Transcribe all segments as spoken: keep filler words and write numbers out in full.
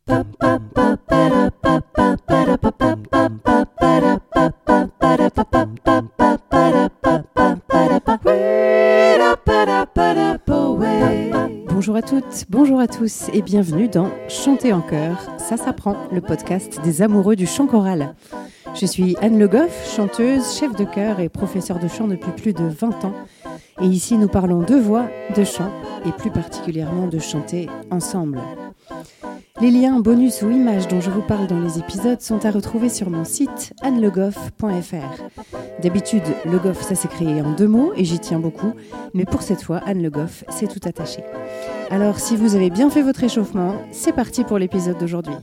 Bonjour à toutes, bonjour à tous et bienvenue dans Chanter en chœur, ça s'apprend, le podcast des amoureux du chant choral. Je suis Anne Le Goff, chanteuse, chef de chœur et professeure de chant depuis plus de vingt ans. Et ici, nous parlons de voix, de chant et plus particulièrement de chanter ensemble. Les liens, bonus ou images dont je vous parle dans les épisodes sont à retrouver sur mon site anne le goff point f r. D'habitude, Le Goff, ça s'écrit en deux mots et j'y tiens beaucoup, mais pour cette fois, Anne Le Goff, c'est tout attaché. Alors, si vous avez bien fait votre échauffement, c'est parti pour l'épisode d'aujourd'hui.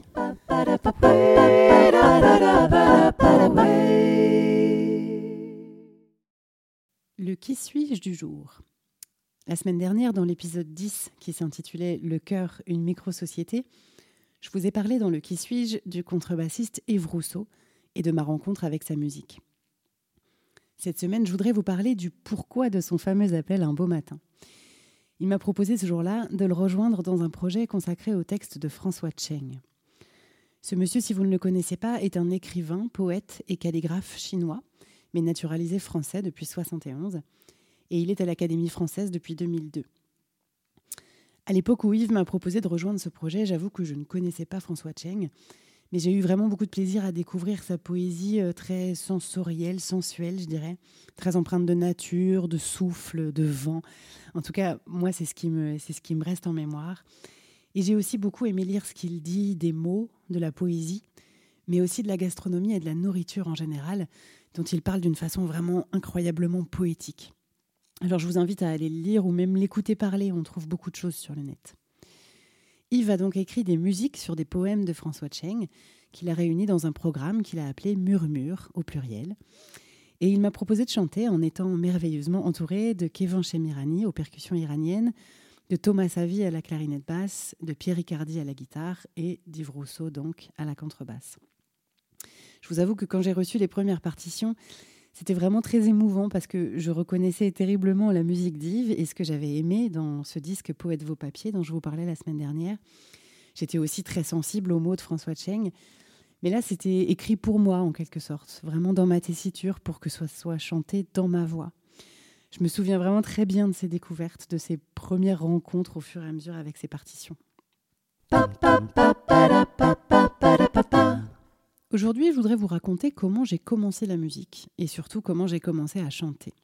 Le qui suis-je du jour. La semaine dernière, dans l'épisode dix, qui s'intitulait « Le chœur, une micro-société », je vous ai parlé dans le qui suis-je du contrebassiste Yves Rousseau et de ma rencontre avec sa musique. Cette semaine, je voudrais vous parler du pourquoi de son fameux appel un beau matin. Il m'a proposé ce jour-là de le rejoindre dans un projet consacré au texte de François Cheng. Ce monsieur, si vous ne le connaissez pas, est un écrivain, poète et calligraphe chinois, mais naturalisé français depuis soixante et onze, et il est à l'Académie française depuis deux mille deux. À l'époque où Yves m'a proposé de rejoindre ce projet, j'avoue que je ne connaissais pas François Cheng, mais j'ai eu vraiment beaucoup de plaisir à découvrir sa poésie très sensorielle, sensuelle, je dirais, très empreinte de nature, de souffle, de vent. En tout cas, moi, c'est ce qui me, c'est ce qui me reste en mémoire. Et j'ai aussi beaucoup aimé lire ce qu'il dit des mots, de la poésie, mais aussi de la gastronomie et de la nourriture en général, dont il parle d'une façon vraiment incroyablement poétique. Alors je vous invite à aller le lire ou même l'écouter parler, on trouve beaucoup de choses sur le net. Yves a donc écrit des musiques sur des poèmes de François Cheng, qu'il a réunis dans un programme qu'il a appelé Murmure, au pluriel. Et il m'a proposé de chanter en étant merveilleusement entouré de Kevan Shemirani aux percussions iraniennes, de Thomas Savi à la clarinette basse, de Pierre Riccardi à la guitare et d'Yves Rousseau donc à la contrebasse. Je vous avoue que quand j'ai reçu les premières partitions, c'était vraiment très émouvant parce que je reconnaissais terriblement la musique d'Yves et ce que j'avais aimé dans ce disque Poète vos papiers dont je vous parlais la semaine dernière. J'étais aussi très sensible aux mots de François Cheng, mais là c'était écrit pour moi en quelque sorte, vraiment dans ma tessiture pour que ce soit chanté dans ma voix. Je me souviens vraiment très bien de ces découvertes, de ces premières rencontres au fur et à mesure avec ces partitions. Aujourd'hui, je voudrais vous raconter comment j'ai commencé la musique et surtout comment j'ai commencé à chanter.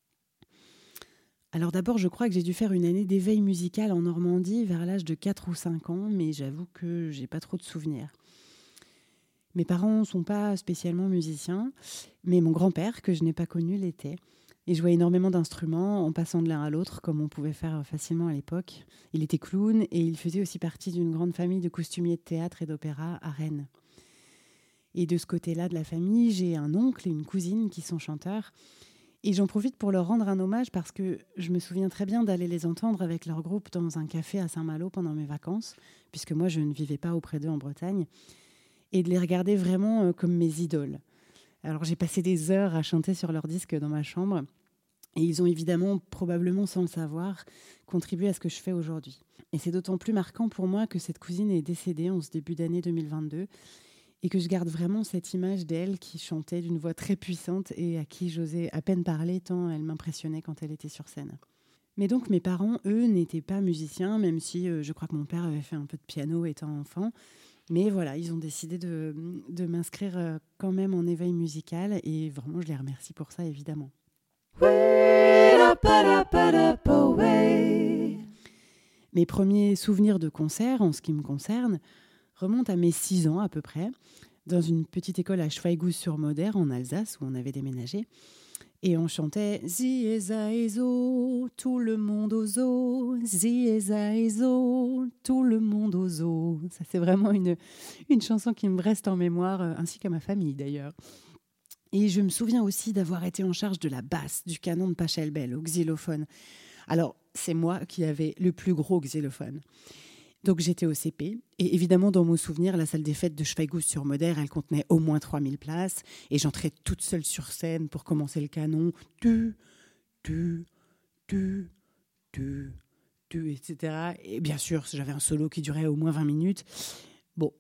Alors d'abord, je crois que j'ai dû faire une année d'éveil musical en Normandie vers l'âge de quatre ou cinq ans, mais j'avoue que j'ai pas trop de souvenirs. Mes parents ne sont pas spécialement musiciens, mais mon grand-père, que je n'ai pas connu, l'était. Il jouait énormément d'instruments en passant de l'un à l'autre, comme on pouvait faire facilement à l'époque. Il était clown et il faisait aussi partie d'une grande famille de costumiers de théâtre et d'opéra à Rennes. Et de ce côté-là de la famille, j'ai un oncle et une cousine qui sont chanteurs. Et j'en profite pour leur rendre un hommage parce que je me souviens très bien d'aller les entendre avec leur groupe dans un café à Saint-Malo pendant mes vacances, puisque moi, je ne vivais pas auprès d'eux en Bretagne, et de les regarder vraiment comme mes idoles. Alors, j'ai passé des heures à chanter sur leur disque dans ma chambre, et ils ont évidemment, probablement sans le savoir, contribué à ce que je fais aujourd'hui. Et c'est d'autant plus marquant pour moi que cette cousine est décédée en ce début d'année deux mille vingt-deux, et que je garde vraiment cette image d'elle qui chantait d'une voix très puissante et à qui j'osais à peine parler tant elle m'impressionnait quand elle était sur scène. Mais donc mes parents, eux, n'étaient pas musiciens, même si euh, je crois que mon père avait fait un peu de piano étant enfant. Mais voilà, ils ont décidé de, de m'inscrire euh, quand même en éveil musical et vraiment je les remercie pour ça évidemment. Mes premiers souvenirs de concert, en ce qui me concerne, remonte à mes six ans à peu près, dans une petite école à Schweighouse-sur-Moder, en Alsace, où on avait déménagé. Et on chantait « Zieza ezo, tout le monde au zoo, Zieza ezo, tout le monde au zoo ». Ça, c'est vraiment une, une chanson qui me reste en mémoire, ainsi qu'à ma famille d'ailleurs. Et je me souviens aussi d'avoir été en charge de la basse du canon de Pachelbel au xylophone. Alors, c'est moi qui avais le plus gros xylophone. Donc j'étais au C P, et évidemment dans mon souvenir, la salle des fêtes de Schweighouse-sur-Moder, elle contenait au moins trois mille places, et j'entrais toute seule sur scène pour commencer le canon, tu, tu, tu, tu, tu, et cetera. Et bien sûr, j'avais un solo qui durait au moins vingt minutes. Bon,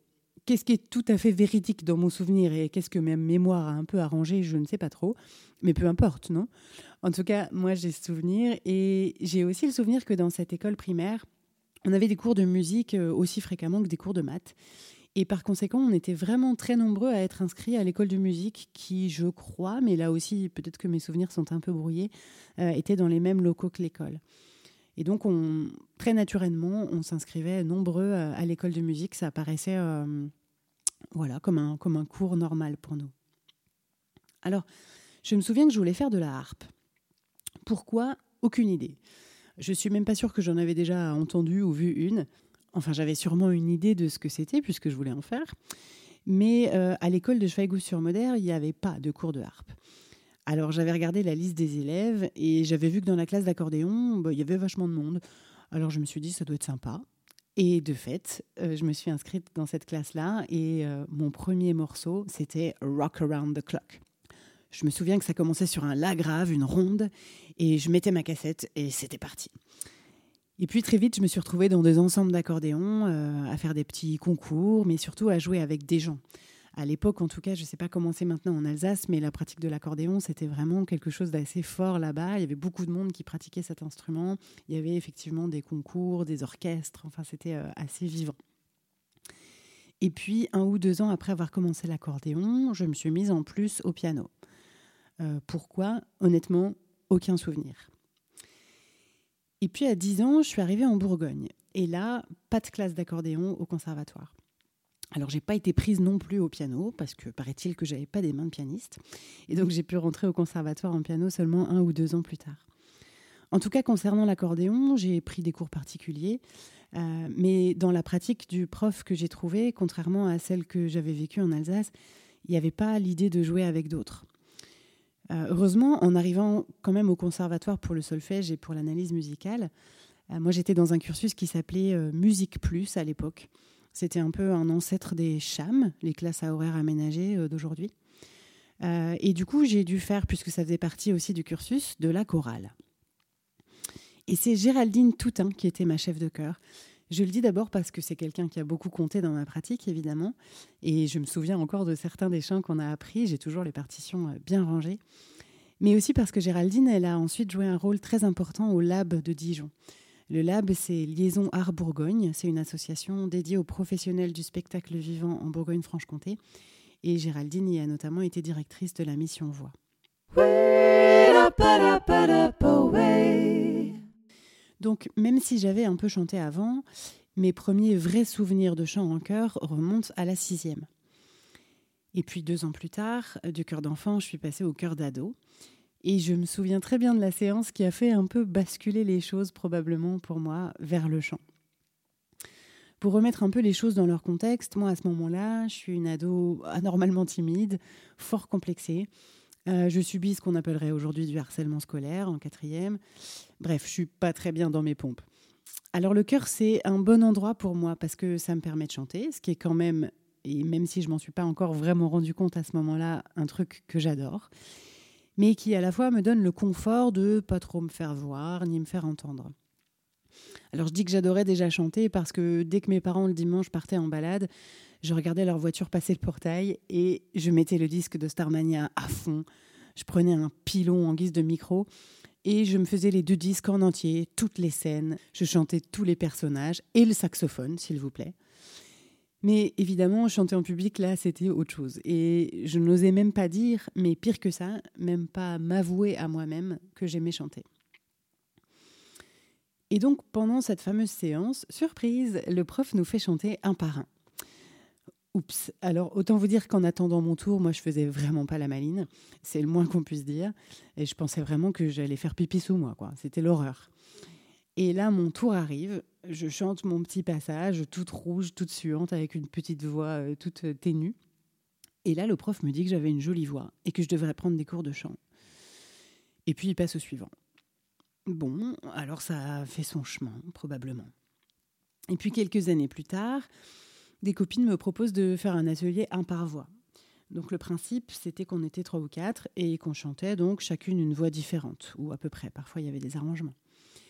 qu'est-ce qui est tout à fait véridique dans mon souvenir et qu'est-ce que ma mémoire a un peu arrangé, je ne sais pas trop. Mais peu importe, non ? En tout cas, moi, j'ai ce souvenir. Et j'ai aussi le souvenir que dans cette école primaire, on avait des cours de musique aussi fréquemment que des cours de maths. Et par conséquent, on était vraiment très nombreux à être inscrits à l'école de musique qui, je crois, mais là aussi, peut-être que mes souvenirs sont un peu brouillés, euh, étaient dans les mêmes locaux que l'école. Et donc, on, très naturellement, on s'inscrivait nombreux à l'école de musique. Ça apparaissait euh, voilà, comme, un, comme un cours normal pour nous. Alors, je me souviens que je voulais faire de la harpe. Pourquoi ? Aucune idée. Je ne suis même pas sûre que j'en avais déjà entendu ou vu une. Enfin, j'avais sûrement une idée de ce que c'était, puisque je voulais en faire. Mais euh, à l'école de Schweighouse-sur-Moder, il n'y avait pas de cours de harpe. Alors, j'avais regardé la liste des élèves et j'avais vu que dans la classe d'accordéon, bah, il y avait vachement de monde. Alors, je me suis dit, ça doit être sympa. Et de fait, euh, je me suis inscrite dans cette classe-là et euh, mon premier morceau, c'était « Rock Around the Clock ». Je me souviens que ça commençait sur un la grave, une ronde, et je mettais ma cassette et c'était parti. Et puis très vite, je me suis retrouvée dans des ensembles d'accordéon, euh, à faire des petits concours, mais surtout à jouer avec des gens. À l'époque, en tout cas, je ne sais pas comment c'est maintenant en Alsace, mais la pratique de l'accordéon, c'était vraiment quelque chose d'assez fort là-bas. Il y avait beaucoup de monde qui pratiquait cet instrument. Il y avait effectivement des concours, des orchestres, enfin c'était euh, assez vivant. Et puis, un ou deux ans après avoir commencé l'accordéon, je me suis mise en plus au piano. Euh, pourquoi ? Honnêtement, aucun souvenir. Et puis à dix ans, je suis arrivée en Bourgogne. Et là, pas de classe d'accordéon au conservatoire. Alors, j'ai pas été prise non plus au piano, parce que paraît-il que j'avais pas des mains de pianiste. Et donc, j'ai pu rentrer au conservatoire en piano seulement un ou deux ans plus tard. En tout cas, concernant l'accordéon, j'ai pris des cours particuliers. Euh, mais dans la pratique du prof que j'ai trouvé, contrairement à celle que j'avais vécue en Alsace, il n'y avait pas l'idée de jouer avec d'autres. Euh, heureusement, en arrivant quand même au conservatoire pour le solfège et pour l'analyse musicale, euh, moi j'étais dans un cursus qui s'appelait euh, Musique Plus à l'époque. C'était un peu un ancêtre des CHAM, les classes à horaires aménagés euh, d'aujourd'hui. Euh, et du coup, j'ai dû faire, puisque ça faisait partie aussi du cursus, de la chorale. Et c'est Géraldine Toutain qui était ma chef de chœur. Je le dis d'abord parce que c'est quelqu'un qui a beaucoup compté dans ma pratique, évidemment. Et je me souviens encore de certains des chants qu'on a appris. J'ai toujours les partitions bien rangées. Mais aussi parce que Géraldine, elle a ensuite joué un rôle très important au Lab de Dijon. Le Lab, c'est Liaison Art Bourgogne. C'est une association dédiée aux professionnels du spectacle vivant en Bourgogne-Franche-Comté. Et Géraldine y a notamment été directrice de la mission Voix. Donc, même si j'avais un peu chanté avant, mes premiers vrais souvenirs de chant en chœur remontent à la sixième. Et puis, deux ans plus tard, du chœur d'enfant, je suis passée au chœur d'ado. Et je me souviens très bien de la séance qui a fait un peu basculer les choses, probablement pour moi, vers le chant. Pour remettre un peu les choses dans leur contexte, moi, à ce moment-là, je suis une ado anormalement timide, fort complexée. Euh, je subis ce qu'on appellerait aujourd'hui du harcèlement scolaire en quatrième. Bref, je suis pas très bien dans mes pompes. Alors le chœur, c'est un bon endroit pour moi parce que ça me permet de chanter, ce qui est quand même, et même si je m'en suis pas encore vraiment rendu compte à ce moment-là, un truc que j'adore, mais qui à la fois me donne le confort de pas trop me faire voir ni me faire entendre. Alors je dis que j'adorais déjà chanter parce que dès que mes parents le dimanche partaient en balade, je regardais leur voiture passer le portail et je mettais le disque de Starmania à fond. Je prenais un pilon en guise de micro et je me faisais les deux disques en entier, toutes les scènes. Je chantais tous les personnages et le saxophone, s'il vous plaît. Mais évidemment, chanter en public, là, c'était autre chose. Et je n'osais même pas dire, mais pire que ça, même pas m'avouer à moi-même que j'aimais chanter. Et donc, pendant cette fameuse séance, surprise, le prof nous fait chanter un par un. Oups, alors autant vous dire qu'en attendant mon tour, moi je faisais vraiment pas la maline, c'est le moins qu'on puisse dire, et je pensais vraiment que j'allais faire pipi sous moi, quoi. C'était l'horreur. Et là, mon tour arrive, je chante mon petit passage, toute rouge, toute suante, avec une petite voix euh, toute ténue. Et là, le prof me dit que j'avais une jolie voix et que je devrais prendre des cours de chant. Et puis il passe au suivant. Bon, alors ça a fait son chemin, probablement. Et puis quelques années plus tard, des copines me proposent de faire un atelier un par voix. Donc le principe, c'était qu'on était trois ou quatre et qu'on chantait donc chacune une voix différente, ou à peu près. Parfois, il y avait des arrangements.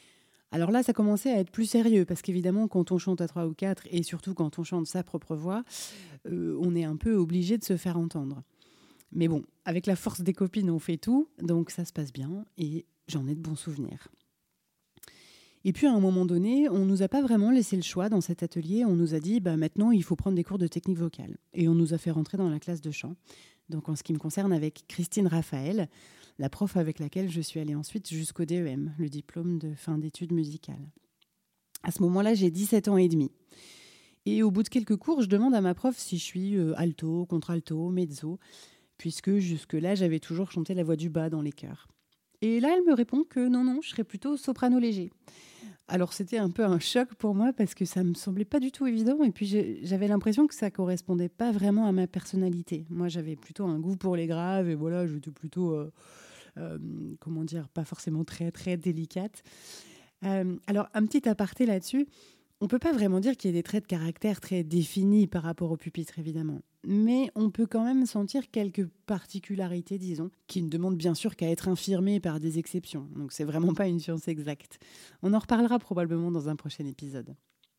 Alors là, ça commençait à être plus sérieux, parce qu'évidemment, quand on chante à trois ou quatre, et surtout quand on chante sa propre voix, euh, on est un peu obligé de se faire entendre. Mais bon, avec la force des copines, on fait tout, donc ça se passe bien, et j'en ai de bons souvenirs. Et puis à un moment donné, on ne nous a pas vraiment laissé le choix dans cet atelier. On nous a dit bah, maintenant il faut prendre des cours de technique vocale. Et on nous a fait rentrer dans la classe de chant. Donc en ce qui me concerne avec Christine Raphaël, la prof avec laquelle je suis allée ensuite jusqu'au D E M, le diplôme de fin d'études musicales. À ce moment-là, j'ai dix-sept ans et demi. Et au bout de quelques cours, je demande à ma prof si je suis euh, alto, contralto, mezzo, puisque jusque-là, j'avais toujours chanté la voix du bas dans les chœurs. Et là, elle me répond que non, non, je serais plutôt soprano léger. Alors, c'était un peu un choc pour moi parce que ça me semblait pas du tout évident. Et puis, j'avais l'impression que ça correspondait pas vraiment à ma personnalité. Moi, j'avais plutôt un goût pour les graves et voilà, j'étais plutôt, euh, euh, comment dire, pas forcément très, très délicate. Euh, alors, un petit aparté là-dessus. On ne peut pas vraiment dire qu'il y ait des traits de caractère très définis par rapport au pupitre, évidemment. Mais on peut quand même sentir quelques particularités, disons, qui ne demandent bien sûr qu'à être infirmées par des exceptions. Donc c'est vraiment pas une science exacte. On en reparlera probablement dans un prochain épisode.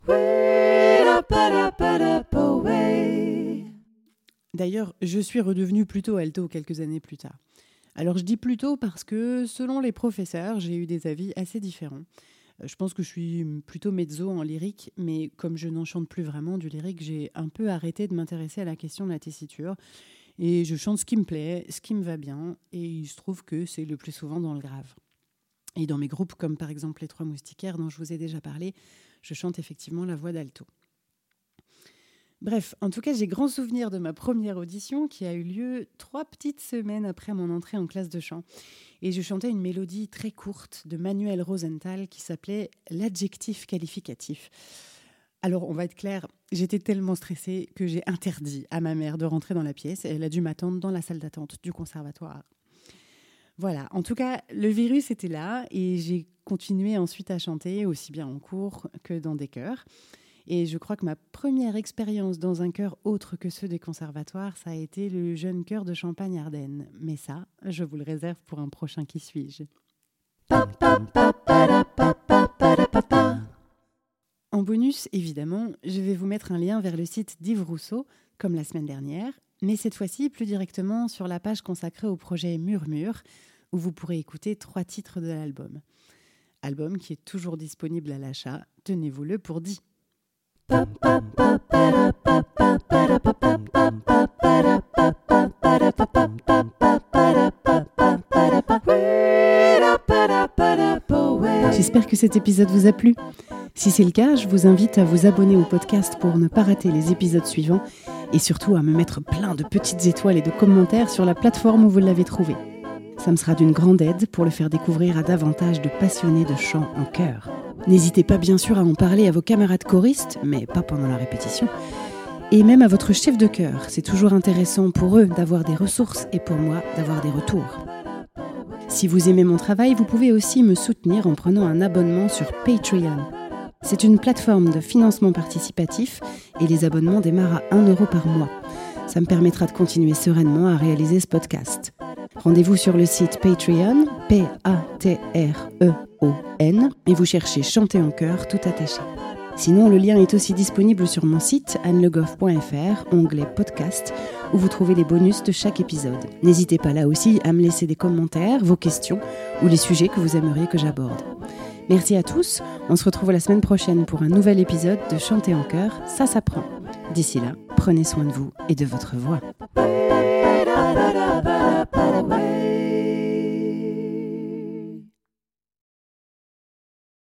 D'ailleurs, je suis redevenue plutôt alto quelques années plus tard. Alors je dis plutôt parce que, selon les professeurs, j'ai eu des avis assez différents. Je pense que je suis plutôt mezzo en lyrique, mais comme je n'en chante plus vraiment du lyrique, j'ai un peu arrêté de m'intéresser à la question de la tessiture. Et je chante ce qui me plaît, ce qui me va bien, et il se trouve que c'est le plus souvent dans le grave. Et dans mes groupes, comme par exemple les Trois Moustiquaires dont je vous ai déjà parlé, je chante effectivement la voix d'alto. Bref, en tout cas, j'ai grand souvenir de ma première audition qui a eu lieu trois petites semaines après mon entrée en classe de chant. Et je chantais une mélodie très courte de Manuel Rosenthal qui s'appelait « L'adjectif qualificatif ». Alors, on va être clair, j'étais tellement stressée que j'ai interdit à ma mère de rentrer dans la pièce et elle a dû m'attendre dans la salle d'attente du conservatoire. Voilà, en tout cas, le virus était là et j'ai continué ensuite à chanter aussi bien en cours que dans des chœurs. Et je crois que ma première expérience dans un chœur autre que ceux des conservatoires, ça a été le jeune chœur de Champagne-Ardenne. Mais ça, je vous le réserve pour un prochain Qui suis-je. En bonus, évidemment, je vais vous mettre un lien vers le site d'Yves Rousseau, comme la semaine dernière, mais cette fois-ci plus directement sur la page consacrée au projet Murmure, où vous pourrez écouter trois titres de l'album. Album qui est toujours disponible à l'achat, tenez-vous-le pour dit. J'espère que cet épisode vous a plu. Si c'est le cas, je vous invite à vous abonner au podcast pour ne pas rater les épisodes suivants et surtout à me mettre plein de petites étoiles et de commentaires sur la plateforme où vous l'avez trouvé. Ça me sera d'une grande aide pour le faire découvrir à davantage de passionnés de chant en chœur. N'hésitez pas bien sûr à en parler à vos camarades choristes, mais pas pendant la répétition, et même à votre chef de chœur. C'est toujours intéressant pour eux d'avoir des ressources et pour moi d'avoir des retours. Si vous aimez mon travail, vous pouvez aussi me soutenir en prenant un abonnement sur Patreon. C'est une plateforme de financement participatif et les abonnements démarrent à un euro par mois. Ça me permettra de continuer sereinement à réaliser ce podcast. Rendez-vous sur le site Patreon, P A T R E O N, et vous cherchez Chanter en chœur tout attaché. Sinon, le lien est aussi disponible sur mon site anne le goff point f r, onglet podcast, où vous trouvez les bonus de chaque épisode. N'hésitez pas là aussi à me laisser des commentaires, vos questions ou les sujets que vous aimeriez que j'aborde. Merci à tous, on se retrouve la semaine prochaine pour un nouvel épisode de Chanter en chœur, ça s'apprend. D'ici là, prenez soin de vous et de votre voix.